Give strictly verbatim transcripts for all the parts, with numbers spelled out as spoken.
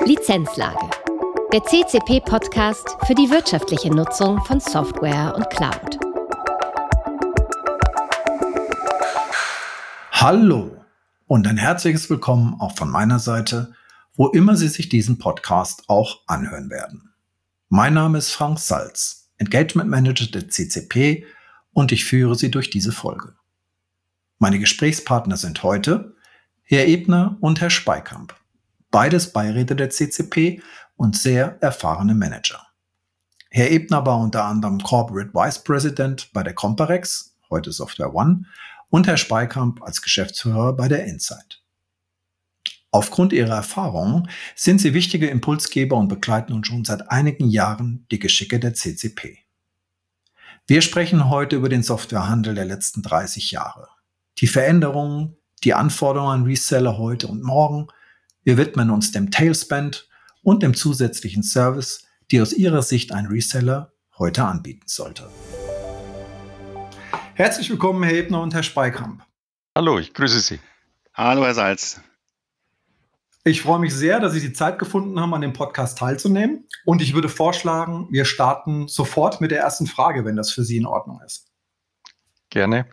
Lizenzlage. Der C C P-Podcast für die wirtschaftliche Nutzung von Software und Cloud. Hallo und ein herzliches Willkommen auch von meiner Seite, wo immer Sie sich diesen Podcast auch anhören werden. Mein Name ist Frank Salz, Engagement Manager der C C P, und ich führe Sie durch diese Folge. Meine Gesprächspartner sind heute Herr Ebner und Herr Speikamp, beides Beiräte der C C P und sehr erfahrene Manager. Herr Ebner war unter anderem Corporate Vice President bei der Comparex, heute Software One, und Herr Speikamp als Geschäftsführer bei der Insight. Aufgrund ihrer Erfahrungen sind sie wichtige Impulsgeber und begleiten nun schon seit einigen Jahren die Geschicke der C C P. Wir sprechen heute über den Softwarehandel der letzten dreißig Jahre. Die Veränderungen, die Anforderungen an Reseller heute und morgen. Wir widmen uns dem Tailspend und dem zusätzlichen Service, die aus Ihrer Sicht ein Reseller heute anbieten sollte. Herzlich willkommen, Herr Ebner und Herr Speikamp. Hallo, ich grüße Sie. Hallo, Herr Salz. Ich freue mich sehr, dass Sie die Zeit gefunden haben, an dem Podcast teilzunehmen. Und ich würde vorschlagen, wir starten sofort mit der ersten Frage, wenn das für Sie in Ordnung ist. Gerne.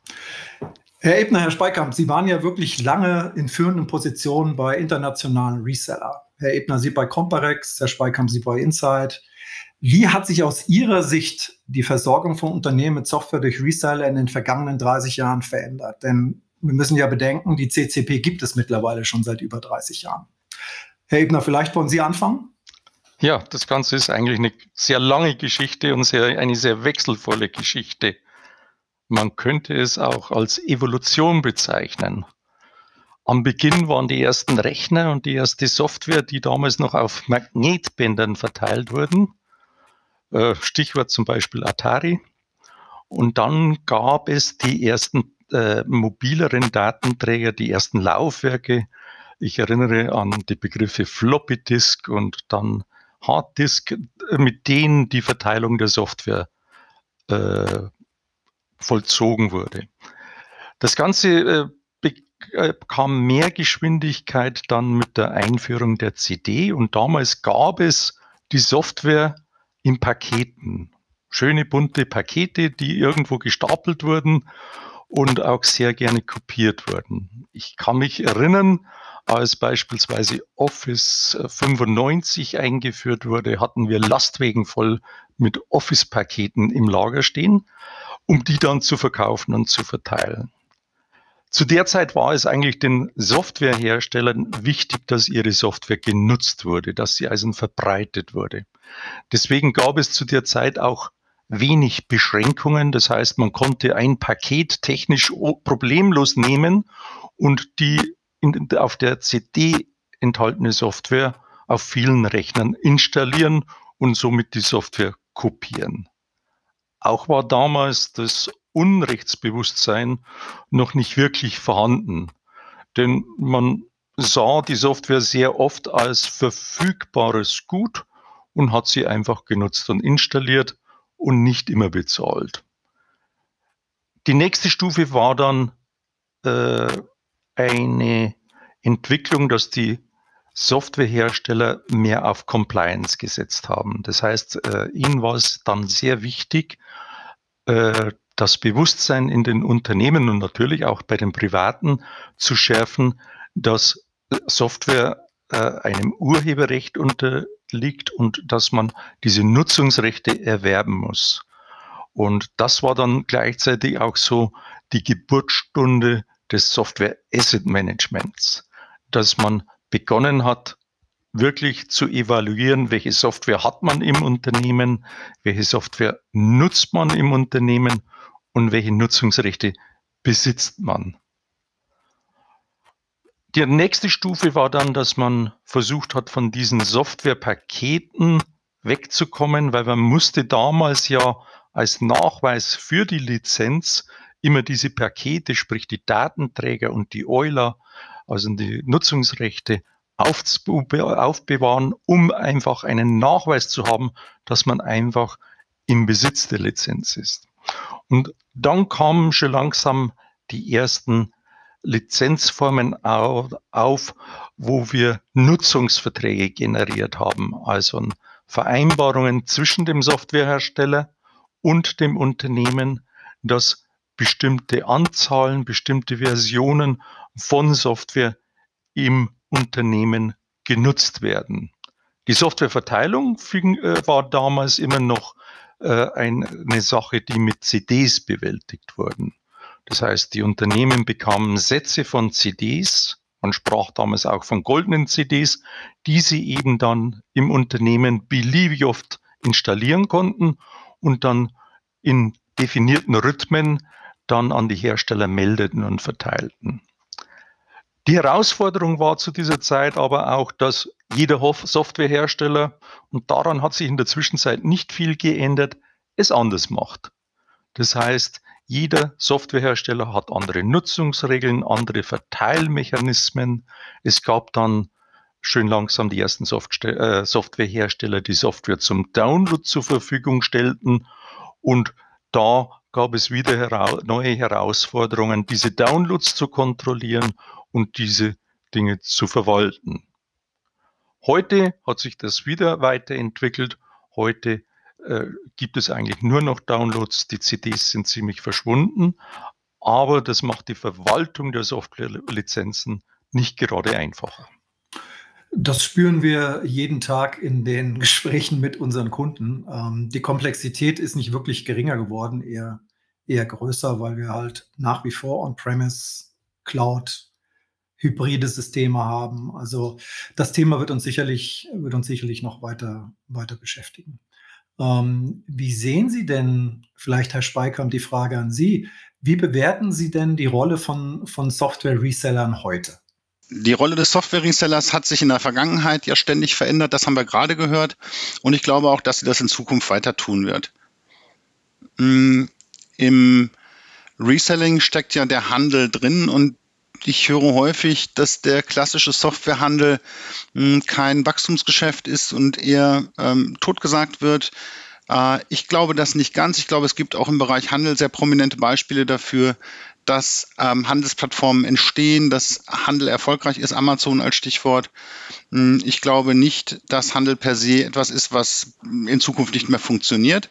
Herr Ebner, Herr Speikamp, Sie waren ja wirklich lange in führenden Positionen bei internationalen Resellern. Herr Ebner, Sie bei Comparex, Herr Speikamp, Sie bei Insight. Wie hat sich aus Ihrer Sicht die Versorgung von Unternehmen mit Software durch Reseller in den vergangenen dreißig Jahren verändert? Denn wir müssen ja bedenken, die C C P gibt es mittlerweile schon seit über dreißig Jahren. Herr Ebner, vielleicht wollen Sie anfangen? Ja, das Ganze ist eigentlich eine sehr lange Geschichte und sehr, eine sehr wechselvolle Geschichte. Man könnte es auch als Evolution bezeichnen. Am Beginn waren die ersten Rechner und die erste Software, die damals noch auf Magnetbändern verteilt wurden. Stichwort zum Beispiel Atari. Und dann gab es die ersten äh, mobileren Datenträger, die ersten Laufwerke. Ich erinnere an die Begriffe Floppy Disk und dann Hard Disk, mit denen die Verteilung der Software äh, vollzogen wurde. Das Ganze äh, bekam mehr Geschwindigkeit dann mit der Einführung der C D und damals gab es die Software in Paketen. Schöne bunte Pakete, die irgendwo gestapelt wurden und auch sehr gerne kopiert wurden. Ich kann mich erinnern, als beispielsweise Office fünfundneunzig eingeführt wurde, hatten wir Lastwagen voll mit Office-Paketen im Lager stehen, um die dann zu verkaufen und zu verteilen. Zu der Zeit war es eigentlich den Softwareherstellern wichtig, dass ihre Software genutzt wurde, dass sie also verbreitet wurde. Deswegen gab es zu der Zeit auch wenig Beschränkungen. Das heißt, man konnte ein Paket technisch problemlos nehmen und die in, auf der C D enthaltene Software auf vielen Rechnern installieren und somit die Software kopieren. Auch war damals das Unrechtsbewusstsein noch nicht wirklich vorhanden, denn man sah die Software sehr oft als verfügbares Gut und hat sie einfach genutzt und installiert und nicht immer bezahlt. Die nächste Stufe war dann äh, eine Entwicklung, dass die Softwarehersteller mehr auf Compliance gesetzt haben. Das heißt, äh, ihnen war es dann sehr wichtig, äh, das Bewusstsein in den Unternehmen und natürlich auch bei den Privaten zu schärfen, dass Software äh, einem Urheberrecht unterliegt und dass man diese Nutzungsrechte erwerben muss. Und das war dann gleichzeitig auch so die Geburtsstunde des Software Asset Managements, dass man begonnen hat, wirklich zu evaluieren, welche Software hat man im Unternehmen, welche Software nutzt man im Unternehmen und welche Nutzungsrechte besitzt man. Die nächste Stufe war dann, dass man versucht hat, von diesen Softwarepaketen wegzukommen, weil man musste damals ja als Nachweis für die Lizenz immer diese Pakete, sprich die Datenträger und die Euler, also die Nutzungsrechte, aufbewahren, um einfach einen Nachweis zu haben, dass man einfach im Besitz der Lizenz ist. Und dann kamen schon langsam die ersten Lizenzformen auf, wo wir Nutzungsverträge generiert haben, also Vereinbarungen zwischen dem Softwarehersteller und dem Unternehmen, dass bestimmte Anzahlen, bestimmte Versionen von Software im Unternehmen genutzt werden. Die Softwareverteilung war damals immer noch eine Sache, die mit C Ds bewältigt wurden. Das heißt, die Unternehmen bekamen Sätze von C Ds, man sprach damals auch von goldenen C Ds, die sie eben dann im Unternehmen beliebig oft installieren konnten und dann in definierten Rhythmen dann an die Hersteller meldeten und verteilten. Die Herausforderung war zu dieser Zeit aber auch, dass jeder Softwarehersteller, und daran hat sich in der Zwischenzeit nicht viel geändert, es anders macht. Das heißt, jeder Softwarehersteller hat andere Nutzungsregeln, andere Verteilmechanismen. Es gab dann schön langsam die ersten Softwarehersteller, die Software zum Download zur Verfügung stellten. Und da gab es wieder hera- neue Herausforderungen, diese Downloads zu kontrollieren und diese Dinge zu verwalten. Heute hat sich das wieder weiterentwickelt. Heute äh, gibt es eigentlich nur noch Downloads. Die C Ds sind ziemlich verschwunden, aber das macht die Verwaltung der Softwarelizenzen nicht gerade einfacher. Das spüren wir jeden Tag in den Gesprächen mit unseren Kunden. Ähm, die Komplexität ist nicht wirklich geringer geworden, eher, eher größer, weil wir halt nach wie vor On-Premise, Cloud, hybride Systeme haben. Also das Thema wird uns sicherlich, wird uns sicherlich noch weiter, weiter beschäftigen. Ähm, wie sehen Sie denn, vielleicht Herr Speikamp, die Frage an Sie, wie bewerten Sie denn die Rolle von, von Software-Resellern heute? Die Rolle des Software-Resellers hat sich in der Vergangenheit ja ständig verändert, das haben wir gerade gehört. Und ich glaube auch, dass sie das in Zukunft weiter tun wird. Im Reselling steckt ja der Handel drin und ich höre häufig, dass der klassische Softwarehandel mh, kein Wachstumsgeschäft ist und eher ähm, totgesagt wird. Äh, ich glaube das nicht ganz. Ich glaube, es gibt auch im Bereich Handel sehr prominente Beispiele dafür, dass ähm, Handelsplattformen entstehen, dass Handel erfolgreich ist, Amazon als Stichwort. Mh, ich glaube nicht, dass Handel per se etwas ist, was in Zukunft nicht mehr funktioniert.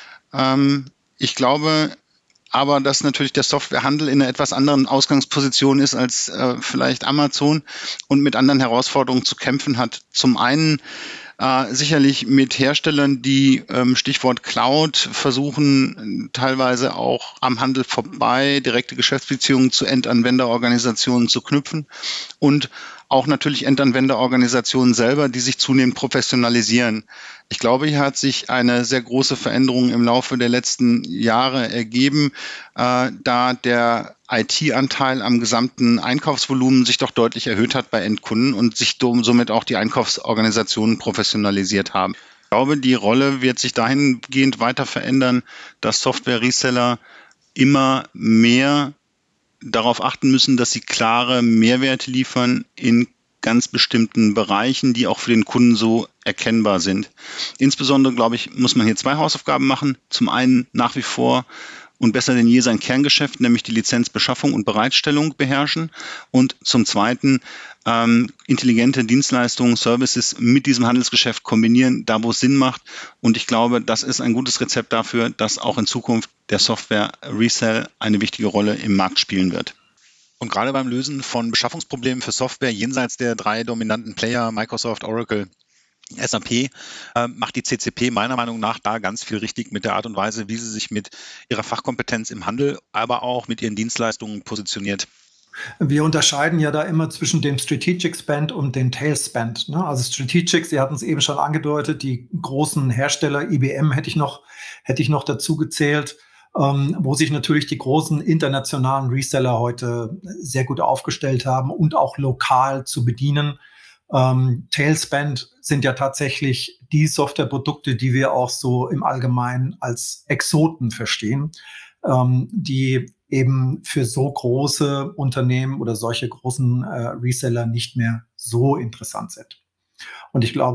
Ähm, ich glaube aber dass natürlich der Softwarehandel in einer etwas anderen Ausgangsposition ist als äh, vielleicht Amazon und mit anderen Herausforderungen zu kämpfen hat. Zum einen äh, sicherlich mit Herstellern, die ähm, Stichwort Cloud versuchen, teilweise auch am Handel vorbei direkte Geschäftsbeziehungen zu Endanwenderorganisationen zu knüpfen und auch natürlich Endanwenderorganisationen selber, die sich zunehmend professionalisieren. Ich glaube, hier hat sich eine sehr große Veränderung im Laufe der letzten Jahre ergeben, äh, da der I T-Anteil am gesamten Einkaufsvolumen sich doch deutlich erhöht hat bei Endkunden und sich somit auch die Einkaufsorganisationen professionalisiert haben. Ich glaube, die Rolle wird sich dahingehend weiter verändern, dass Software-Reseller immer mehr darauf achten müssen, dass sie klare Mehrwerte liefern in ganz bestimmten Bereichen, die auch für den Kunden so erkennbar sind. Insbesondere, glaube ich, muss man hier zwei Hausaufgaben machen. Zum einen nach wie vor und besser denn je sein Kerngeschäft, nämlich die Lizenzbeschaffung und Bereitstellung beherrschen. Und zum Zweiten ähm, intelligente Dienstleistungen, Services mit diesem Handelsgeschäft kombinieren, da wo es Sinn macht. Und ich glaube, das ist ein gutes Rezept dafür, dass auch in Zukunft der Software-Resell eine wichtige Rolle im Markt spielen wird. Und gerade beim Lösen von Beschaffungsproblemen für Software jenseits der drei dominanten Player, Microsoft, Oracle, S A P, äh, macht die C C P meiner Meinung nach da ganz viel richtig mit der Art und Weise, wie sie sich mit ihrer Fachkompetenz im Handel, aber auch mit ihren Dienstleistungen positioniert. Wir unterscheiden ja da immer zwischen dem Strategic Spend und dem Tail Spend. Ne? Also Strategic, Sie hatten es eben schon angedeutet, die großen Hersteller, I B M hätte ich noch, hätte ich noch dazu gezählt, ähm, wo sich natürlich die großen internationalen Reseller heute sehr gut aufgestellt haben und auch lokal zu bedienen. Ähm, Tail Spend sind ja tatsächlich die Softwareprodukte, die wir auch so im Allgemeinen als Exoten verstehen, ähm, die eben für so große Unternehmen oder solche großen äh, Reseller nicht mehr so interessant sind. Und ich glaube,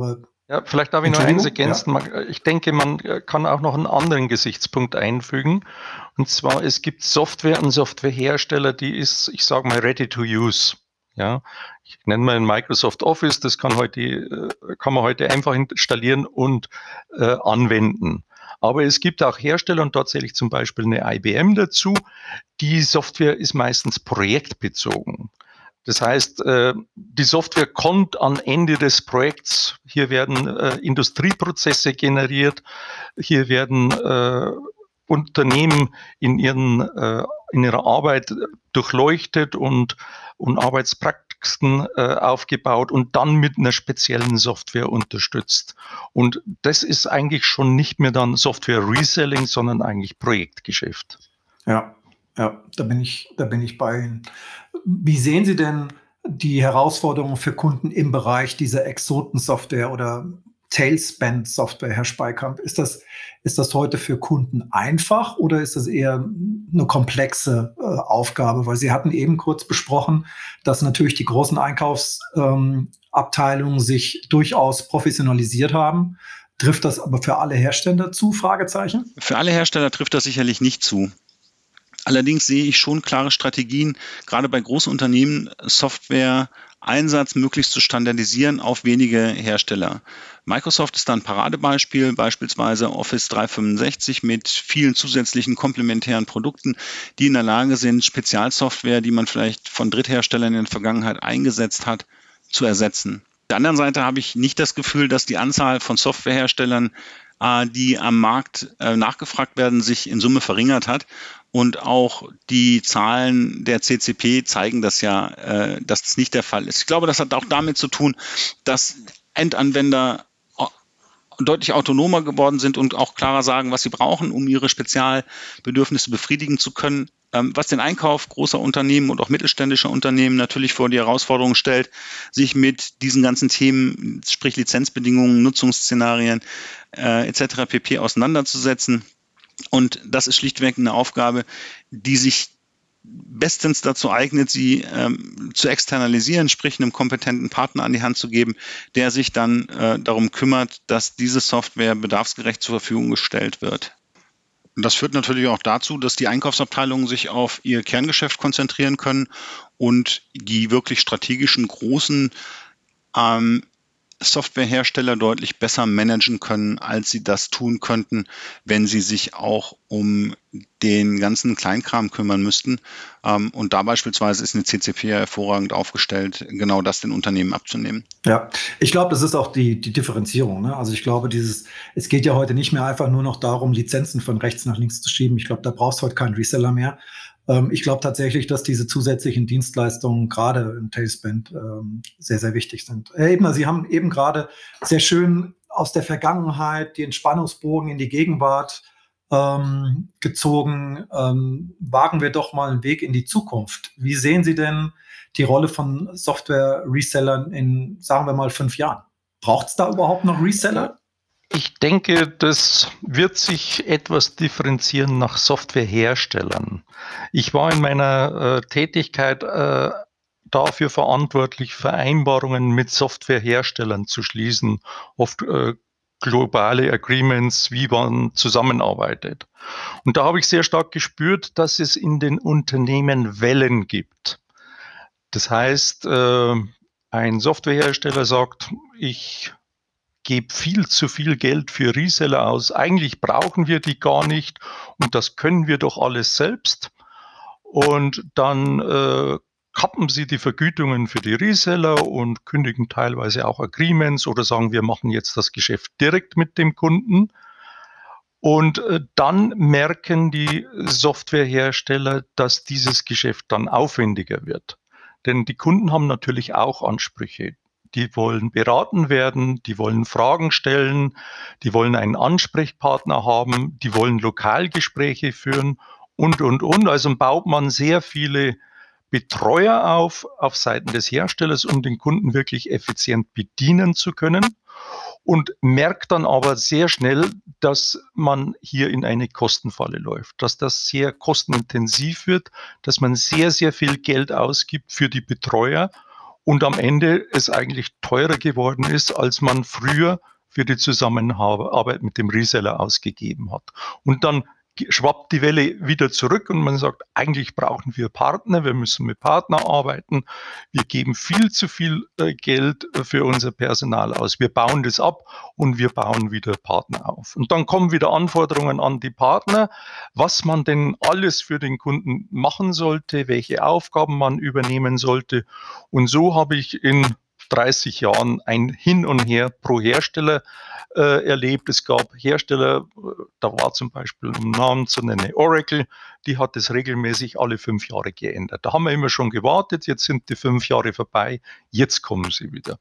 Ja, vielleicht darf ich noch eins ergänzen. Ja. Ich denke, man kann auch noch einen anderen Gesichtspunkt einfügen. Und zwar, es gibt Software und Softwarehersteller, die ist, ich sage mal, ready to use. Ja, ich nenne mal ein Microsoft Office, das kann heute, kann man heute einfach installieren und äh, anwenden. Aber es gibt auch Hersteller und tatsächlich zum Beispiel eine I B M dazu. Die Software ist meistens projektbezogen. Das heißt, die Software kommt am Ende des Projekts. Hier werden Industrieprozesse generiert. Hier werden Unternehmen in, ihren, in ihrer Arbeit durchleuchtet und, und Arbeitspraktiken aufgebaut und dann mit einer speziellen Software unterstützt. Und das ist eigentlich schon nicht mehr dann Software-Reselling, sondern eigentlich Projektgeschäft. Ja. Ja, da bin ich, da bin ich bei Ihnen. Wie sehen Sie denn die Herausforderungen für Kunden im Bereich dieser Exoten-Software oder Tailspend-Software, Herr Speikamp? Ist das, ist das heute für Kunden einfach oder ist das eher eine komplexe äh, Aufgabe? Weil Sie hatten eben kurz besprochen, dass natürlich die großen Einkaufsabteilungen ähm, sich durchaus professionalisiert haben. Trifft das aber für alle Hersteller zu? Fragezeichen? Für alle Hersteller trifft das sicherlich nicht zu. Allerdings sehe ich schon klare Strategien, gerade bei großen Unternehmen, Software-Einsatz möglichst zu standardisieren auf wenige Hersteller. Microsoft ist da ein Paradebeispiel, beispielsweise Office dreihundertfünfundsechzig mit vielen zusätzlichen komplementären Produkten, die in der Lage sind, Spezialsoftware, die man vielleicht von Drittherstellern in der Vergangenheit eingesetzt hat, zu ersetzen. Auf der anderen Seite habe ich nicht das Gefühl, dass die Anzahl von Softwareherstellern, die am Markt nachgefragt werden, sich in Summe verringert hat. Und auch die Zahlen der C C P zeigen das ja, dass das nicht der Fall ist. Ich glaube, das hat auch damit zu tun, dass Endanwender deutlich autonomer geworden sind und auch klarer sagen, was sie brauchen, um ihre Spezialbedürfnisse befriedigen zu können. Was den Einkauf großer Unternehmen und auch mittelständischer Unternehmen natürlich vor die Herausforderung stellt, sich mit diesen ganzen Themen, sprich Lizenzbedingungen, Nutzungsszenarien äh, et cetera pp. Auseinanderzusetzen. Und das ist schlichtweg eine Aufgabe, die sich bestens dazu eignet, sie ähm, zu externalisieren, sprich einem kompetenten Partner an die Hand zu geben, der sich dann äh, darum kümmert, dass diese Software bedarfsgerecht zur Verfügung gestellt wird. Und das führt natürlich auch dazu, dass die Einkaufsabteilungen sich auf ihr Kerngeschäft konzentrieren können und die wirklich strategischen großen ähm, Softwarehersteller deutlich besser managen können, als sie das tun könnten, wenn sie sich auch um den ganzen Kleinkram kümmern müssten. Und da beispielsweise ist eine C C P hervorragend aufgestellt, genau das den Unternehmen abzunehmen. Ja, ich glaube, das ist auch die, die Differenzierung. Ne? Also ich glaube, dieses, es geht ja heute nicht mehr einfach nur noch darum, Lizenzen von rechts nach links zu schieben. Ich glaube, da brauchst du heute keinen Reseller mehr. Ich glaube tatsächlich, dass diese zusätzlichen Dienstleistungen gerade im Tailspend ähm, sehr, sehr wichtig sind. Herr Ebner, Sie haben eben gerade sehr schön aus der Vergangenheit die Entspannungsbogen in die Gegenwart ähm, gezogen. Ähm, wagen wir doch mal einen Weg in die Zukunft. Wie sehen Sie denn die Rolle von Software-Resellern in, sagen wir mal, fünf Jahren? Braucht es da überhaupt noch Reseller? Ich denke, das wird sich etwas differenzieren nach Softwareherstellern. Ich war in meiner äh, Tätigkeit äh, dafür verantwortlich, Vereinbarungen mit Softwareherstellern zu schließen, oft äh, globale Agreements, wie man zusammenarbeitet. Und da habe ich sehr stark gespürt, dass es in den Unternehmen Wellen gibt. Das heißt, äh, ein Softwarehersteller sagt, ich gebe viel zu viel Geld für Reseller aus. Eigentlich brauchen wir die gar nicht und das können wir doch alles selbst. Und dann äh, kappen sie die Vergütungen für die Reseller und kündigen teilweise auch Agreements oder sagen, wir machen jetzt das Geschäft direkt mit dem Kunden. Und äh, dann merken die Softwarehersteller, dass dieses Geschäft dann aufwendiger wird. Denn die Kunden haben natürlich auch Ansprüche. Die wollen beraten werden, die wollen Fragen stellen, die wollen einen Ansprechpartner haben, die wollen Lokalgespräche führen und, und, und. Also baut man sehr viele Betreuer auf, auf Seiten des Herstellers, um den Kunden wirklich effizient bedienen zu können und merkt dann aber sehr schnell, dass man hier in eine Kostenfalle läuft, dass das sehr kostenintensiv wird, dass man sehr, sehr viel Geld ausgibt für die Betreuer und am Ende es eigentlich teurer geworden ist, als man früher für die Zusammenarbeit mit dem Reseller ausgegeben hat. Und dann schwappt die Welle wieder zurück und man sagt, eigentlich brauchen wir Partner, wir müssen mit Partnern arbeiten, wir geben viel zu viel äh, Geld für unser Personal aus, wir bauen das ab und wir bauen wieder Partner auf. Und dann kommen wieder Anforderungen an die Partner, was man denn alles für den Kunden machen sollte, welche Aufgaben man übernehmen sollte. Und so habe ich in dreißig Jahren ein Hin und Her pro Hersteller äh, erlebt. Es gab Hersteller, da war zum Beispiel, um Namen zu nennen, Oracle, die hat es regelmäßig alle fünf Jahre geändert. Da haben wir immer schon gewartet, jetzt sind die fünf Jahre vorbei, jetzt kommen sie wieder.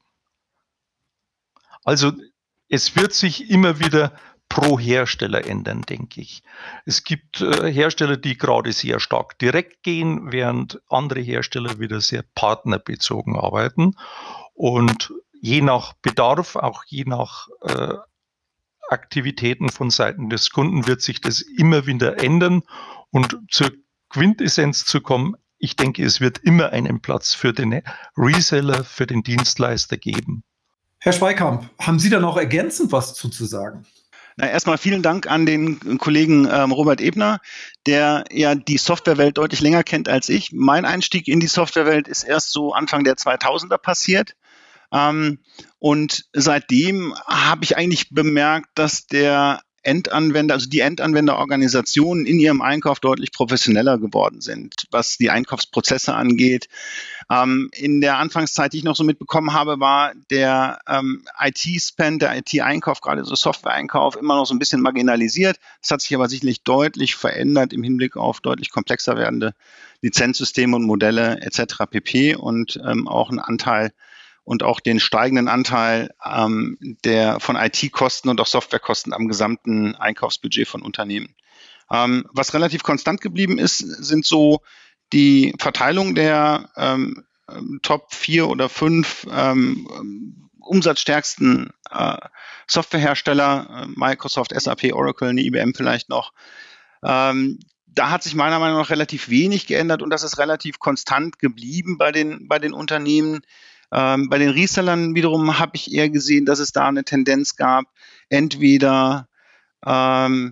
Also es wird sich immer wieder pro Hersteller ändern, denke ich. Es gibt äh, Hersteller, die gerade sehr stark direkt gehen, während andere Hersteller wieder sehr partnerbezogen arbeiten. Und je nach Bedarf, auch je nach äh, Aktivitäten von Seiten des Kunden wird sich das immer wieder ändern. Und zur Quintessenz zu kommen, ich denke, es wird immer einen Platz für den Reseller, für den Dienstleister geben. Herr Schweikamp, haben Sie da noch ergänzend was zuzusagen? Na, erstmal vielen Dank an den Kollegen ähm, Robert Ebner, der ja die Softwarewelt deutlich länger kennt als ich. Mein Einstieg in die Softwarewelt ist erst so Anfang der zweitausender passiert. Ähm, und seitdem habe ich eigentlich bemerkt, dass der Endanwender, also die Endanwenderorganisationen in ihrem Einkauf deutlich professioneller geworden sind, was die Einkaufsprozesse angeht. Ähm, in der Anfangszeit, die ich noch so mitbekommen habe, war der ähm, I T-Spend, der I T-Einkauf, gerade so Software-Einkauf, immer noch so ein bisschen marginalisiert. Das hat sich aber sicherlich deutlich verändert im Hinblick auf deutlich komplexer werdende Lizenzsysteme und Modelle et cetera pp. Und ähm, auch einen Anteil und auch den steigenden Anteil ähm, der von I T-Kosten und auch Softwarekosten am gesamten Einkaufsbudget von Unternehmen. Ähm, was relativ konstant geblieben ist, sind so die Verteilung der ähm, Top vier oder fünf ähm, umsatzstärksten äh, Softwarehersteller, äh, Microsoft, S A P, Oracle, eine I B M vielleicht noch. Ähm, da hat sich meiner Meinung nach relativ wenig geändert und das ist relativ konstant geblieben bei den, bei den Unternehmen. Ähm, bei den Resellern wiederum habe ich eher gesehen, dass es da eine Tendenz gab, entweder ähm,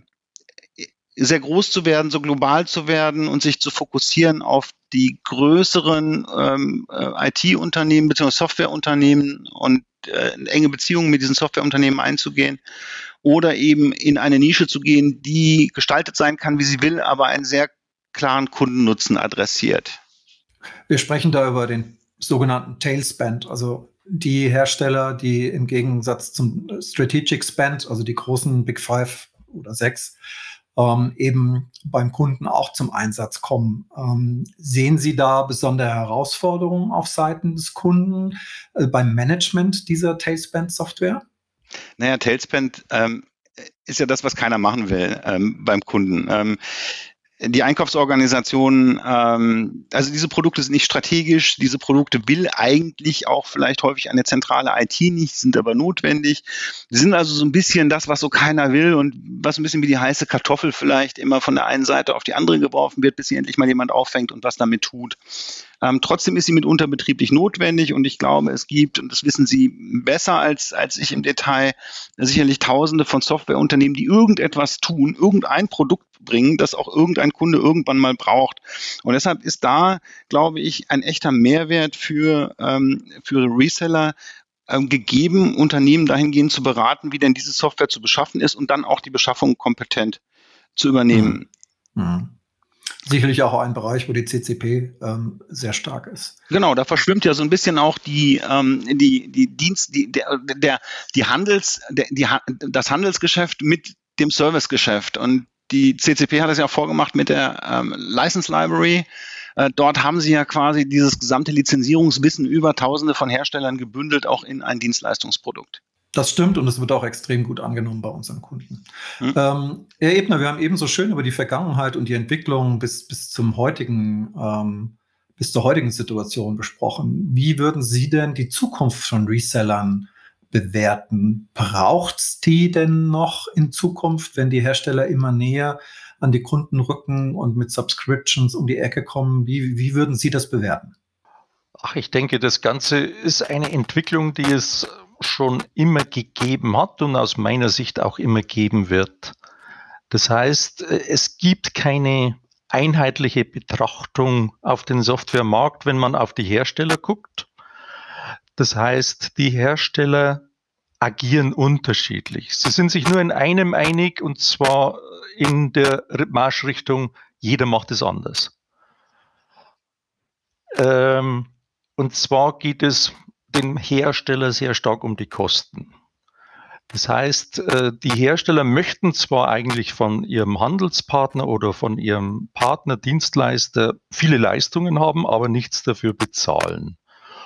sehr groß zu werden, so global zu werden und sich zu fokussieren auf die größeren ähm, I T-Unternehmen bzw. Softwareunternehmen und äh, enge Beziehungen mit diesen Softwareunternehmen einzugehen oder eben in eine Nische zu gehen, die gestaltet sein kann, wie sie will, aber einen sehr klaren Kundennutzen adressiert. Wir sprechen da über den sogenannten Tail Spend, also die Hersteller, die im Gegensatz zum Strategic Spend, also die großen Big Five oder sechs, ähm, eben beim Kunden auch zum Einsatz kommen. Ähm, sehen Sie da besondere Herausforderungen auf Seiten des Kunden äh, beim Management dieser Tail Spend Software? Naja, Tail Spend ähm, ist ja das, was keiner machen will ähm, beim Kunden. Ähm, Die Einkaufsorganisation, ähm, also diese Produkte sind nicht strategisch, diese Produkte will eigentlich auch vielleicht häufig eine zentrale I T nicht, sind aber notwendig. Die sind also so ein bisschen das, was so keiner will und was ein bisschen wie die heiße Kartoffel vielleicht immer von der einen Seite auf die andere geworfen wird, bis sie endlich mal jemand auffängt und was damit tut. Ähm, trotzdem ist sie mitunter betrieblich notwendig und ich glaube, es gibt, und das wissen Sie besser als, als ich im Detail, sicherlich Tausende von Softwareunternehmen, die irgendetwas tun, irgendein Produkt bringen, das auch irgendein Kunde irgendwann mal braucht. Und deshalb ist da, glaube ich, ein echter Mehrwert für, ähm, für Reseller ähm, gegeben, Unternehmen dahingehend zu beraten, wie denn diese Software zu beschaffen ist und dann auch die Beschaffung kompetent zu übernehmen. Mhm. Mhm. Sicherlich auch ein Bereich, wo die C C P ähm, sehr stark ist. Genau, da verschwimmt ja so ein bisschen auch die ähm, die die Dienst die der der die Handels der, die das Handelsgeschäft mit dem Servicegeschäft und die C C P hat das ja vorgemacht mit der ähm, License Library. Äh, dort haben sie ja quasi dieses gesamte Lizenzierungswissen über Tausende von Herstellern gebündelt, auch in ein Dienstleistungsprodukt. Das stimmt und es wird auch extrem gut angenommen bei unseren Kunden. Hm. Ähm, Herr Ebner, wir haben eben so schön über die Vergangenheit und die Entwicklung bis, bis zum heutigen, ähm, bis zur heutigen Situation besprochen. Wie würden Sie denn die Zukunft von Resellern bewerten? Braucht es die denn noch in Zukunft, wenn die Hersteller immer näher an die Kunden rücken und mit Subscriptions um die Ecke kommen? Wie, wie würden Sie das bewerten? Ach, ich denke, das Ganze ist eine Entwicklung, die es schon immer gegeben hat und aus meiner Sicht auch immer geben wird. Das heißt, es gibt keine einheitliche Betrachtung auf den Softwaremarkt, wenn man auf die Hersteller guckt. Das heißt, die Hersteller agieren unterschiedlich. Sie sind sich nur in einem einig, und zwar in der Marschrichtung, jeder macht es anders. Ähm, und zwar geht es dem Hersteller sehr stark um die Kosten. Das heißt, die Hersteller möchten zwar eigentlich von ihrem Handelspartner oder von ihrem Partner, Dienstleister viele Leistungen haben, aber nichts dafür bezahlen.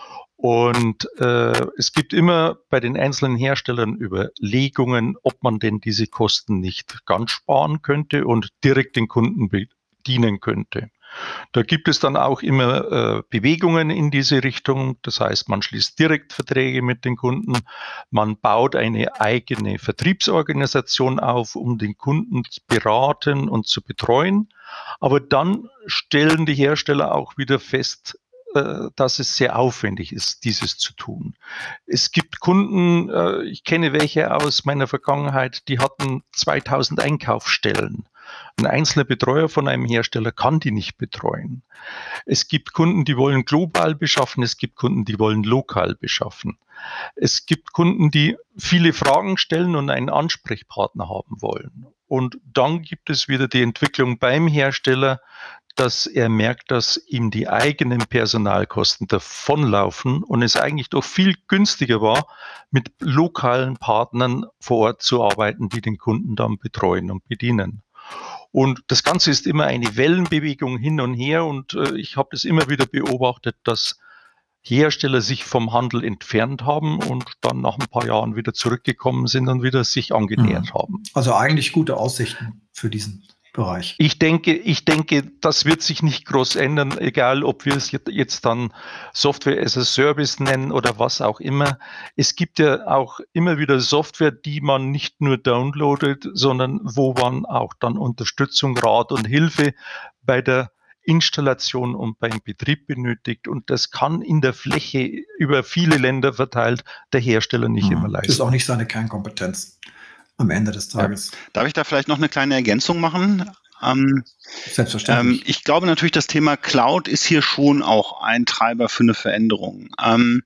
Und äh, es gibt immer bei den einzelnen Herstellern Überlegungen, ob man denn diese Kosten nicht ganz sparen könnte und direkt den Kunden bedienen könnte. Da gibt es dann auch immer äh, Bewegungen in diese Richtung. Das heißt, man schließt direkt Verträge mit den Kunden. Man baut eine eigene Vertriebsorganisation auf, um den Kunden zu beraten und zu betreuen. Aber dann stellen die Hersteller auch wieder fest, äh, dass es sehr aufwendig ist, dieses zu tun. Es gibt Kunden, äh, ich kenne welche aus meiner Vergangenheit, die hatten zweitausend Einkaufsstellen. Ein einzelner Betreuer von einem Hersteller kann die nicht betreuen. Es gibt Kunden, die wollen global beschaffen, es gibt Kunden, die wollen lokal beschaffen. Es gibt Kunden, die viele Fragen stellen und einen Ansprechpartner haben wollen. Und dann gibt es wieder die Entwicklung beim Hersteller, dass er merkt, dass ihm die eigenen Personalkosten davonlaufen und es eigentlich doch viel günstiger war, mit lokalen Partnern vor Ort zu arbeiten, die den Kunden dann betreuen und bedienen. Und das Ganze ist immer eine Wellenbewegung hin und her, und äh, ich habe das immer wieder beobachtet, dass Hersteller sich vom Handel entfernt haben und dann nach ein paar Jahren wieder zurückgekommen sind und wieder sich angenähert mhm. haben. Also eigentlich gute Aussichten für diesen Bereich. Ich denke, ich denke, das wird sich nicht groß ändern, egal ob wir es jetzt dann Software as a Service nennen oder was auch immer. Es gibt ja auch immer wieder Software, die man nicht nur downloadet, sondern wo man auch dann Unterstützung, Rat und Hilfe bei der Installation und beim Betrieb benötigt. Und das kann in der Fläche über viele Länder verteilt der Hersteller nicht hm. immer leisten. Das ist auch nicht seine Kernkompetenz am Ende des Tages. Ja. Darf ich da vielleicht noch eine kleine Ergänzung machen? Ähm, Selbstverständlich. Ähm, ich glaube natürlich, das Thema Cloud ist hier schon auch ein Treiber für eine Veränderung. Ähm,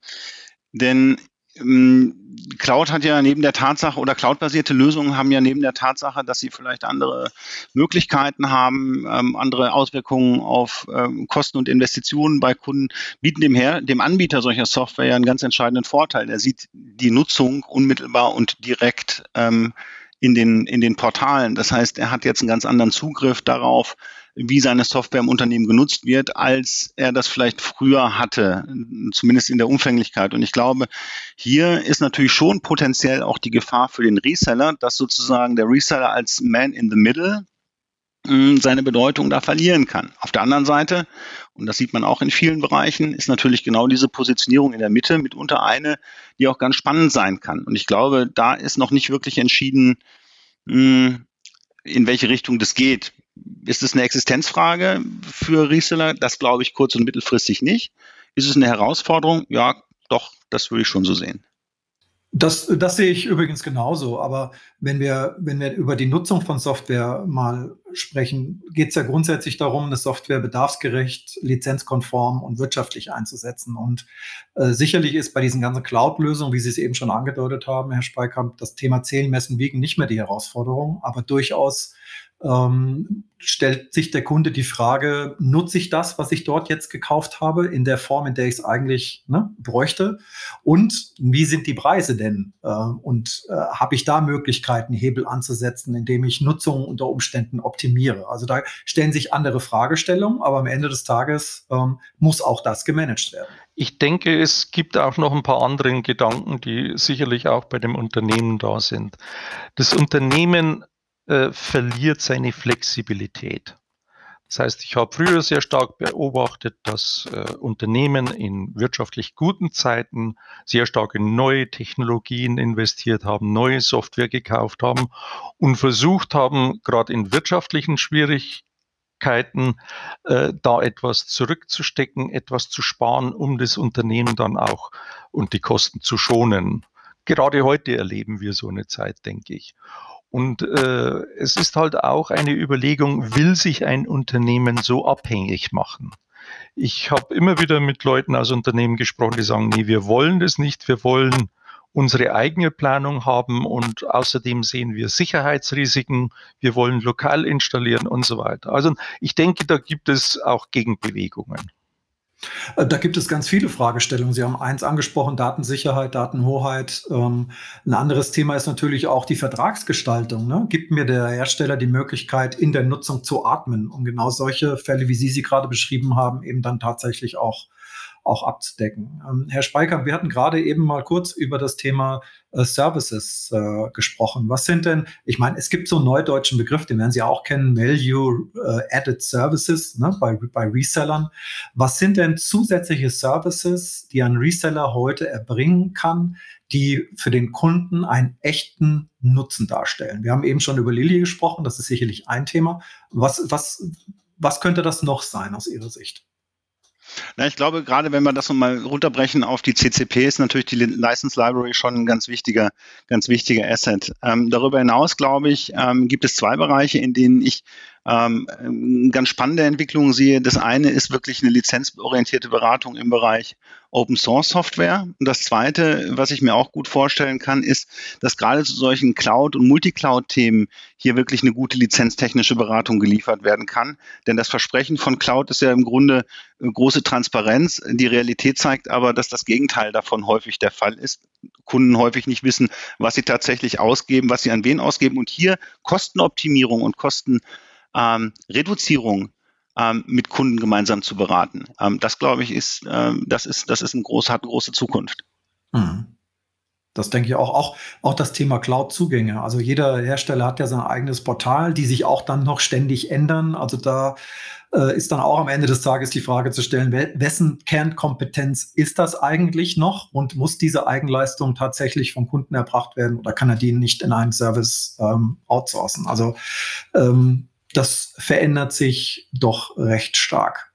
denn ähm, Cloud hat ja neben der Tatsache, oder cloudbasierte Lösungen haben ja neben der Tatsache, dass sie vielleicht andere Möglichkeiten haben, ähm, andere Auswirkungen auf ähm, Kosten und Investitionen bei Kunden, bieten dem, Her- dem Anbieter solcher Software ja einen ganz entscheidenden Vorteil. Er sieht die Nutzung unmittelbar und direkt ähm, in den, in den Portalen. Das heißt, er hat jetzt einen ganz anderen Zugriff darauf, wie seine Software im Unternehmen genutzt wird, als er das vielleicht früher hatte, zumindest in der Umfänglichkeit. Und ich glaube, hier ist natürlich schon potenziell auch die Gefahr für den Reseller, dass sozusagen der Reseller als Man in the Middle mh, seine Bedeutung da verlieren kann. Auf der anderen Seite, und das sieht man auch in vielen Bereichen, ist natürlich genau diese Positionierung in der Mitte mitunter eine, die auch ganz spannend sein kann. Und ich glaube, da ist noch nicht wirklich entschieden, mh, in welche Richtung das geht. Ist es eine Existenzfrage für Reseller? Das glaube ich kurz- und mittelfristig nicht. Ist es eine Herausforderung? Ja, doch, das würde ich schon so sehen. Das, das sehe ich übrigens genauso. Aber wenn wir, wenn wir über die Nutzung von Software mal sprechen, geht es ja grundsätzlich darum, eine Software bedarfsgerecht, lizenzkonform und wirtschaftlich einzusetzen. Und äh, sicherlich ist bei diesen ganzen Cloud-Lösungen, wie Sie es eben schon angedeutet haben, Herr Speikamp, das Thema Zählen, Messen, Wiegen nicht mehr die Herausforderung, aber durchaus ähm, stellt sich der Kunde die Frage, nutze ich das, was ich dort jetzt gekauft habe, in der Form, in der ich es eigentlich ne, bräuchte? Und wie sind die Preise denn? Äh, und äh, habe ich da Möglichkeiten, Hebel anzusetzen, indem ich Nutzung unter Umständen optimiere? Also da stellen sich andere Fragestellungen, aber am Ende des Tages ähm, muss auch das gemanagt werden. Ich denke, es gibt auch noch ein paar andere Gedanken, die sicherlich auch bei dem Unternehmen da sind. Das Unternehmen Äh, verliert seine Flexibilität. Das heißt, ich habe früher sehr stark beobachtet, dass äh, Unternehmen in wirtschaftlich guten Zeiten sehr stark in neue Technologien investiert haben, neue Software gekauft haben und versucht haben, gerade in wirtschaftlichen Schwierigkeiten äh, da etwas zurückzustecken, etwas zu sparen, um das Unternehmen dann auch und die Kosten zu schonen. gerade heute erleben wir so eine Zeit, denke ich. Und äh, es ist halt auch eine Überlegung, will sich ein Unternehmen so abhängig machen? Ich habe immer wieder mit Leuten aus Unternehmen gesprochen, die sagen, nee, wir wollen das nicht, wir wollen unsere eigene Planung haben und außerdem sehen wir Sicherheitsrisiken, wir wollen lokal installieren und so weiter. Also ich denke, da gibt es auch Gegenbewegungen. Da gibt es ganz viele Fragestellungen. Sie haben eins angesprochen, Datensicherheit, Datenhoheit. Ähm, ein anderes Thema ist natürlich auch die Vertragsgestaltung. Ne? Gibt mir der Hersteller die Möglichkeit, in der Nutzung zu atmen, um genau solche Fälle, wie Sie sie gerade beschrieben haben, eben dann tatsächlich auch auch abzudecken. Ähm, Herr Speiker, wir hatten gerade eben mal kurz über das Thema äh, Services äh, gesprochen. Was sind denn, ich meine, es gibt so einen neudeutschen Begriff, den werden Sie auch kennen, Value äh, Added Services, ne, bei, bei Resellern. Was sind denn zusätzliche Services, die ein Reseller heute erbringen kann, die für den Kunden einen echten Nutzen darstellen? Wir haben eben schon über Lilly gesprochen, das ist sicherlich ein Thema. Was, was, was könnte das noch sein aus Ihrer Sicht? Na, ich glaube, gerade wenn wir das mal runterbrechen auf die C C P, ist natürlich die License Library schon ein ganz wichtiger, ganz wichtiger Asset. Ähm, darüber hinaus, glaube ich, ähm, gibt es zwei Bereiche, in denen ich ähm, ganz spannende Entwicklungen sehe. Das eine ist wirklich eine lizenzorientierte Beratung im Bereich Open Source Software. Und das zweite, was ich mir auch gut vorstellen kann, ist, dass gerade zu solchen Cloud- und Multicloud-Themen hier wirklich eine gute lizenztechnische Beratung geliefert werden kann. Denn das Versprechen von Cloud ist ja im Grunde große Transparenz. Die Realität zeigt aber, dass das Gegenteil davon häufig der Fall ist. Kunden häufig nicht wissen, was sie tatsächlich ausgeben, was sie an wen ausgeben. Und hier Kostenoptimierung und Kostenreduzierung ähm, mit Kunden gemeinsam zu beraten. Ähm, das, glaube ich, ist, ähm, das ist, das ist ein groß, hat eine große Zukunft. Mhm. Das denke ich auch. Auch, auch das Thema Cloud-Zugänge. Also jeder Hersteller hat ja sein eigenes Portal, die sich auch dann noch ständig ändern. Also da äh, ist dann auch am Ende des Tages die Frage zu stellen, wessen Kernkompetenz ist das eigentlich noch und muss diese Eigenleistung tatsächlich vom Kunden erbracht werden oder kann er die nicht in einen Service ähm, outsourcen? Also ähm, das verändert sich doch recht stark.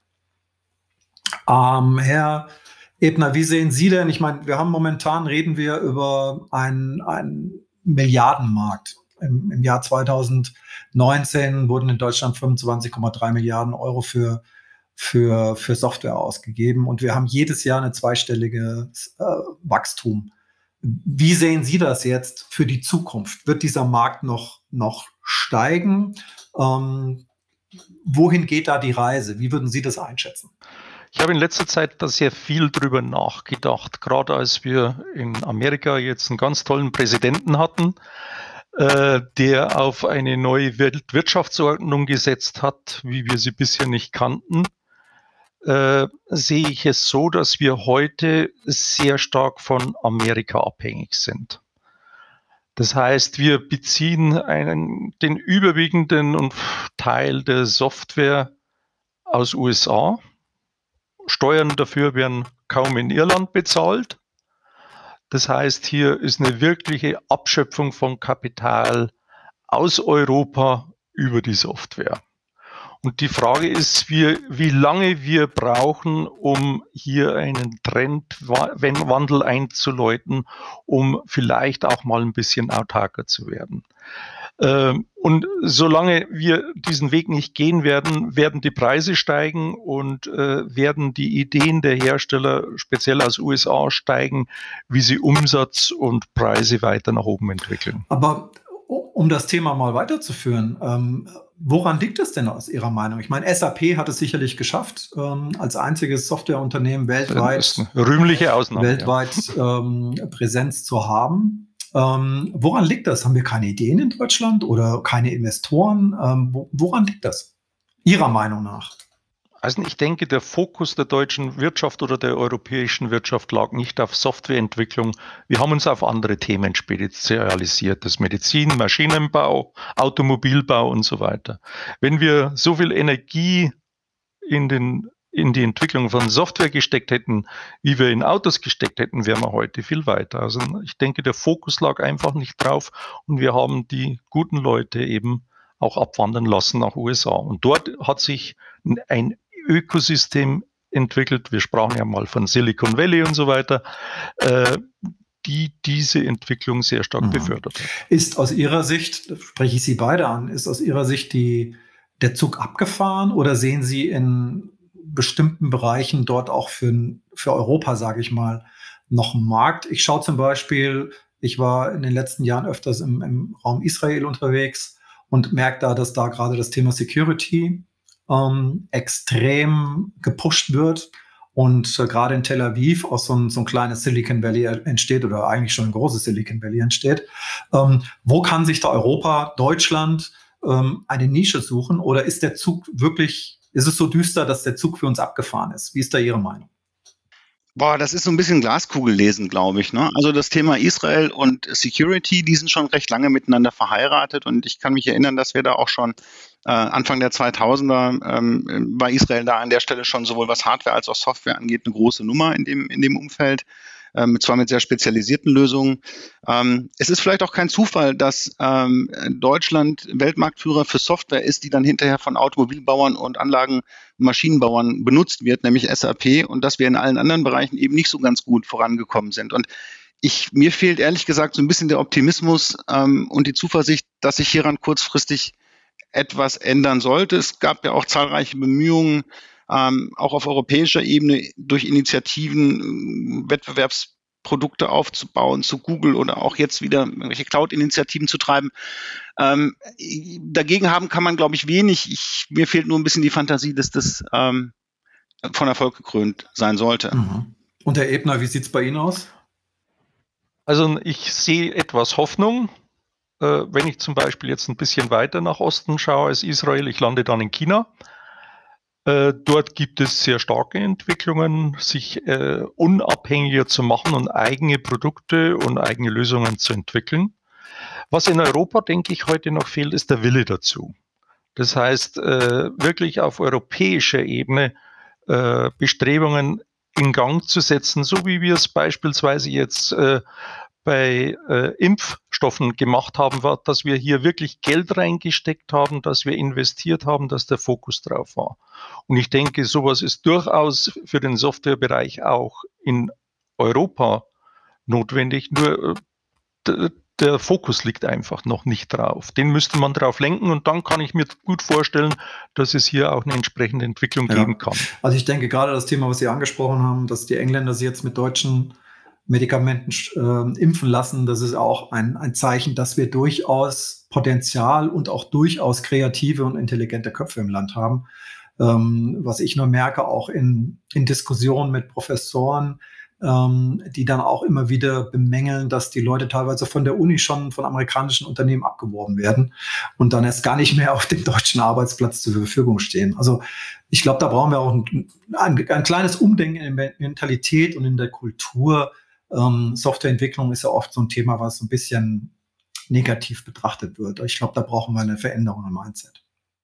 Ähm, Herr Ebner, wie sehen Sie denn? Ich meine, wir haben momentan, reden wir über einen, einen Milliardenmarkt. Im, Im Jahr zweitausendneunzehn wurden in Deutschland fünfundzwanzig Komma drei Milliarden Euro für, für, für Software ausgegeben. Und wir haben jedes Jahr eine zweistellige äh, Wachstum. Wie sehen Sie das jetzt für die Zukunft? Wird dieser Markt noch, noch steigen? Ähm, wohin geht da die Reise? Wie würden Sie das einschätzen? Ich habe in letzter Zeit da sehr viel drüber nachgedacht, gerade als wir in Amerika jetzt einen ganz tollen Präsidenten hatten, äh, der auf eine neue Weltwirtschaftsordnung gesetzt hat, wie wir sie bisher nicht kannten, äh, sehe ich es so, dass wir heute sehr stark von Amerika abhängig sind. Das heißt, wir beziehen einen, den überwiegenden Teil der Software aus U S A. Steuern dafür werden kaum in Irland bezahlt. Das heißt, hier ist eine wirkliche Abschöpfung von Kapital aus Europa über die Software. Und die Frage ist, wie, wie lange wir brauchen, um hier einen Trendwandel einzuläuten, um vielleicht auch mal ein bisschen autarker zu werden. Und solange wir diesen Weg nicht gehen werden, werden die Preise steigen und äh, werden die Ideen der Hersteller, speziell aus U S A, steigen, wie sie Umsatz und Preise weiter nach oben entwickeln. Aber um das Thema mal weiterzuführen, ähm, woran liegt es denn aus Ihrer Meinung? Ich meine, S A P hat es sicherlich geschafft, ähm, als einziges Softwareunternehmen weltweit, das ist eine rühmliche Ausnahme, weltweit ja. ähm, Präsenz zu haben. Ähm, woran liegt das? Haben wir keine Ideen in Deutschland oder keine Investoren? Ähm, wo, woran liegt das? Ihrer Meinung nach? Also ich denke, der Fokus der deutschen Wirtschaft oder der europäischen Wirtschaft lag nicht auf Softwareentwicklung. Wir haben uns auf andere Themen spezialisiert, das Medizin, Maschinenbau, Automobilbau und so weiter. Wenn wir so viel Energie in den in die Entwicklung von Software gesteckt hätten, wie wir in Autos gesteckt hätten, wären wir heute viel weiter. Also ich denke, der Fokus lag einfach nicht drauf und wir haben die guten Leute eben auch abwandern lassen nach U S A. Und dort hat sich ein Ökosystem entwickelt. Wir sprachen ja mal von Silicon Valley und so weiter. die diese Entwicklung sehr stark mhm. befördert hat. Ist aus Ihrer Sicht, spreche ich Sie beide an, ist aus Ihrer Sicht die, der Zug abgefahren oder sehen Sie in bestimmten Bereichen dort auch für, für Europa, sage ich mal, noch einen Markt? Ich schaue zum Beispiel, ich war in den letzten Jahren öfters im, im Raum Israel unterwegs und merke da, dass da gerade das Thema Security ähm, extrem gepusht wird. Und äh, gerade in Tel Aviv auch so ein, so ein kleines Silicon Valley entsteht oder eigentlich schon ein großes Silicon Valley entsteht. Ähm, wo kann sich da Europa, Deutschland ähm, eine Nische suchen? Oder ist der Zug wirklich, ist es so düster, dass der Zug für uns abgefahren ist? Wie ist da Ihre Meinung? Boah, das ist so ein bisschen Glaskugel lesen, glaube ich, ne? Also das Thema Israel und Security, die sind schon recht lange miteinander verheiratet und ich kann mich erinnern, dass wir da auch schon äh, Anfang der zweitausender ähm, war Israel da an der Stelle schon sowohl was Hardware als auch Software angeht eine große Nummer in dem in dem Umfeld. Ähm, zwar mit sehr spezialisierten Lösungen. Ähm, es ist vielleicht auch kein Zufall, dass ähm, Deutschland Weltmarktführer für Software ist, die dann hinterher von Automobilbauern und Anlagenmaschinenbauern benutzt wird, nämlich S A P, und dass wir in allen anderen Bereichen eben nicht so ganz gut vorangekommen sind. Und ich, mir fehlt ehrlich gesagt so ein bisschen der Optimismus ähm, und die Zuversicht, dass sich hieran kurzfristig etwas ändern sollte. Es gab ja auch zahlreiche Bemühungen, Ähm, auch auf europäischer Ebene durch Initiativen äh, Wettbewerbsprodukte aufzubauen zu Google oder auch jetzt wieder irgendwelche Cloud-Initiativen zu treiben. Ähm, dagegen haben kann man, glaube ich, wenig. Ich, mir fehlt nur ein bisschen die Fantasie, dass das ähm, von Erfolg gekrönt sein sollte. Mhm. Und Herr Ebner, wie sieht es bei Ihnen aus? Also ich sehe etwas Hoffnung. Äh, wenn ich zum Beispiel jetzt ein bisschen weiter nach Osten schaue als Israel, ich lande dann in China. Äh, dort gibt es sehr starke Entwicklungen, sich äh, unabhängiger zu machen und eigene Produkte und eigene Lösungen zu entwickeln. Was in Europa, denke ich, heute noch fehlt, ist der Wille dazu. Das heißt, äh, wirklich auf europäischer Ebene äh, Bestrebungen in Gang zu setzen, so wie wir es beispielsweise jetzt äh, bei äh, Impfstoffen gemacht haben, war, dass wir hier wirklich Geld reingesteckt haben, dass wir investiert haben, dass der Fokus drauf war. Und ich denke, sowas ist durchaus für den Softwarebereich auch in Europa notwendig. Nur äh, der Fokus liegt einfach noch nicht drauf. Den müsste man drauf lenken und dann kann ich mir gut vorstellen, dass es hier auch eine entsprechende Entwicklung ja. geben kann. Also ich denke gerade das Thema, was Sie angesprochen haben, dass die Engländer sie jetzt mit deutschen Medikamenten äh, impfen lassen, das ist auch ein, ein Zeichen, dass wir durchaus Potenzial und auch durchaus kreative und intelligente Köpfe im Land haben. Ähm, was ich nur merke, auch in, in Diskussionen mit Professoren, ähm, die dann auch immer wieder bemängeln, dass die Leute teilweise von der Uni schon von amerikanischen Unternehmen abgeworben werden und dann erst gar nicht mehr auf dem deutschen Arbeitsplatz zur Verfügung stehen. Also ich glaube, da brauchen wir auch ein, ein, ein kleines Umdenken in der Mentalität und in der Kultur. Ähm, Softwareentwicklung ist ja oft so ein Thema, was so ein bisschen negativ betrachtet wird. Ich glaube, da brauchen wir eine Veränderung im Mindset.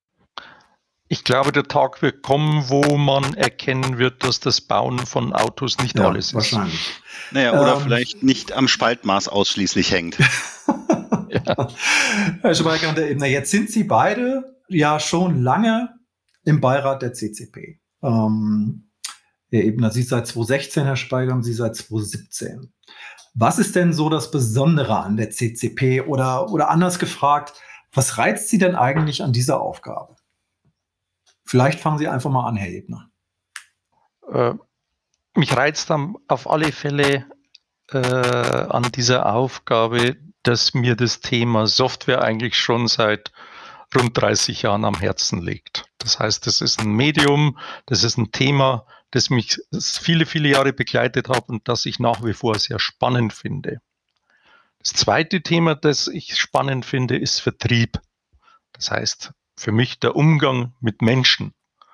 Ich glaube, der Tag wird kommen, wo man erkennen wird, dass das Bauen von Autos nicht ja, alles ist. Wahrscheinlich. Naja, oder ähm, vielleicht nicht am Spaltmaß ausschließlich hängt. ja. Herr Schweiger und Herr Ebner, jetzt sind Sie beide ja schon lange im Beirat der C C P. Ähm, Herr Ebner, Sie seit zweitausendsechzehn, Herr Speiger, und Sie seit zweitausendsiebzehn. Was ist denn so das Besondere an der C C P? Oder, oder anders gefragt, was reizt Sie denn eigentlich an dieser Aufgabe? Vielleicht fangen Sie einfach mal an, Herr Ebner. Äh, mich reizt dann auf alle Fälle äh, an dieser Aufgabe, dass mir das Thema Software eigentlich schon seit rund dreißig Jahren am Herzen liegt. Das heißt, das ist ein Medium, das ist ein Thema, das mich viele, viele Jahre begleitet hat und das ich nach wie vor sehr spannend finde. Das zweite Thema, das ich spannend finde, ist Vertrieb. Das heißt, für mich der Umgang mit Menschen.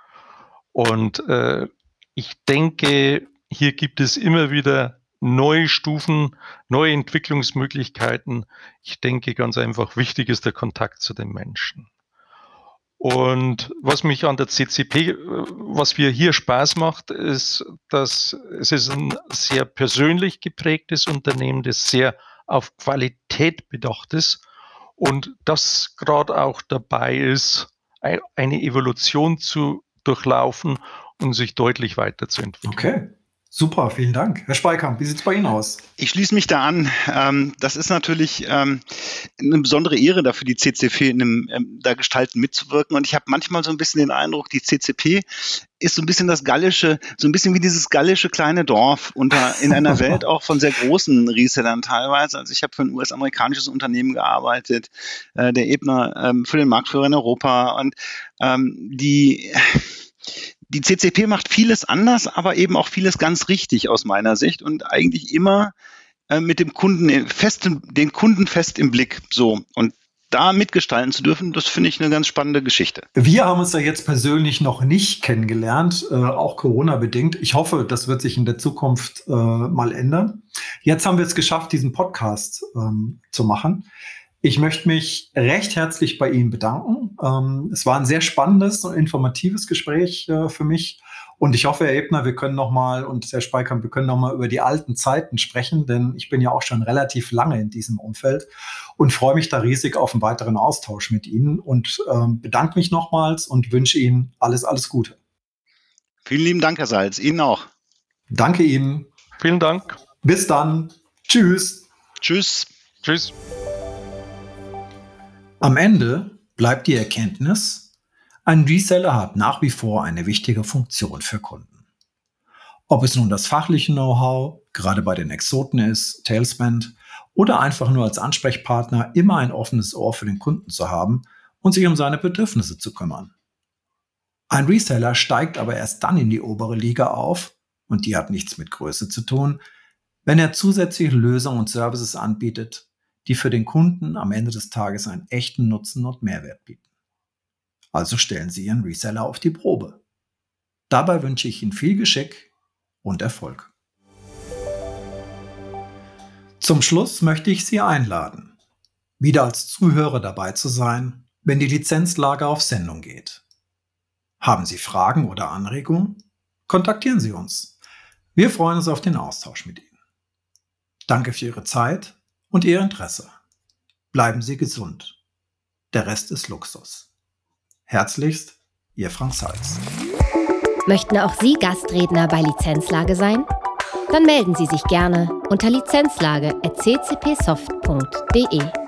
Und äh, ich denke, hier gibt es immer wieder neue Stufen, neue Entwicklungsmöglichkeiten. Ich denke, ganz einfach, wichtig ist der Kontakt zu den Menschen. Und was mich an der C C P, was mir hier Spaß macht, ist, dass es ist ein sehr persönlich geprägtes Unternehmen, das sehr auf Qualität bedacht ist und das gerade auch dabei ist, eine Evolution zu durchlaufen und sich deutlich weiterzuentwickeln. Okay. Super, vielen Dank. Herr Speikamp, wie sieht es bei Ihnen aus? Ich schließe mich da an. Ähm, das ist natürlich ähm, eine besondere Ehre, dafür die C C P in einem ähm, da Gestalten mitzuwirken. Und ich habe manchmal so ein bisschen den Eindruck, die C C P ist so ein bisschen das gallische, so ein bisschen wie dieses gallische kleine Dorf unter in einer Welt auch von sehr großen Resellern teilweise. Also ich habe für ein U S-amerikanisches Unternehmen gearbeitet, äh, der Ebner ähm, für den Marktführer in Europa. Und ähm, die Die C C P macht vieles anders, aber eben auch vieles ganz richtig aus meiner Sicht und eigentlich immer äh, mit dem Kunden fest, den Kunden fest im Blick. So. Und da mitgestalten zu dürfen, das finde ich eine ganz spannende Geschichte. Wir haben uns ja jetzt persönlich noch nicht kennengelernt, äh, auch Corona-bedingt. Ich hoffe, das wird sich in der Zukunft äh, mal ändern. Jetzt haben wir es geschafft, diesen Podcast ähm, zu machen. Ich möchte mich recht herzlich bei Ihnen bedanken. Ähm, es war ein sehr spannendes und informatives Gespräch äh, für mich. Und ich hoffe, Herr Ebner, wir können noch mal, und Herr Speikamp, wir können noch mal über die alten Zeiten sprechen, denn ich bin ja auch schon relativ lange in diesem Umfeld und freue mich da riesig auf einen weiteren Austausch mit Ihnen und ähm, bedanke mich nochmals und wünsche Ihnen alles, alles Gute. Vielen lieben Dank, Herr Salz. Ihnen auch. Danke Ihnen. Vielen Dank. Bis dann. Tschüss. Tschüss. Tschüss. Am Ende bleibt die Erkenntnis, ein Reseller hat nach wie vor eine wichtige Funktion für Kunden. Ob es nun das fachliche Know-how, gerade bei den Exoten ist, Tailspend, oder einfach nur als Ansprechpartner immer ein offenes Ohr für den Kunden zu haben und sich um seine Bedürfnisse zu kümmern. Ein Reseller steigt aber erst dann in die obere Liga auf, und die hat nichts mit Größe zu tun, wenn er zusätzliche Lösungen und Services anbietet, die für den Kunden am Ende des Tages einen echten Nutzen und Mehrwert bieten. Also stellen Sie Ihren Reseller auf die Probe. Dabei wünsche ich Ihnen viel Geschick und Erfolg. Zum Schluss möchte ich Sie einladen, wieder als Zuhörer dabei zu sein, wenn die Lizenzlage auf Sendung geht. Haben Sie Fragen oder Anregungen? Kontaktieren Sie uns. Wir freuen uns auf den Austausch mit Ihnen. Danke für Ihre Zeit und Ihr Interesse. Bleiben Sie gesund. Der Rest ist Luxus. Herzlichst, Ihr Frank Salz. Möchten auch Sie Gastredner bei Lizenzlage sein? Dann melden Sie sich gerne unter lizenzlage at c c p soft punkt d e.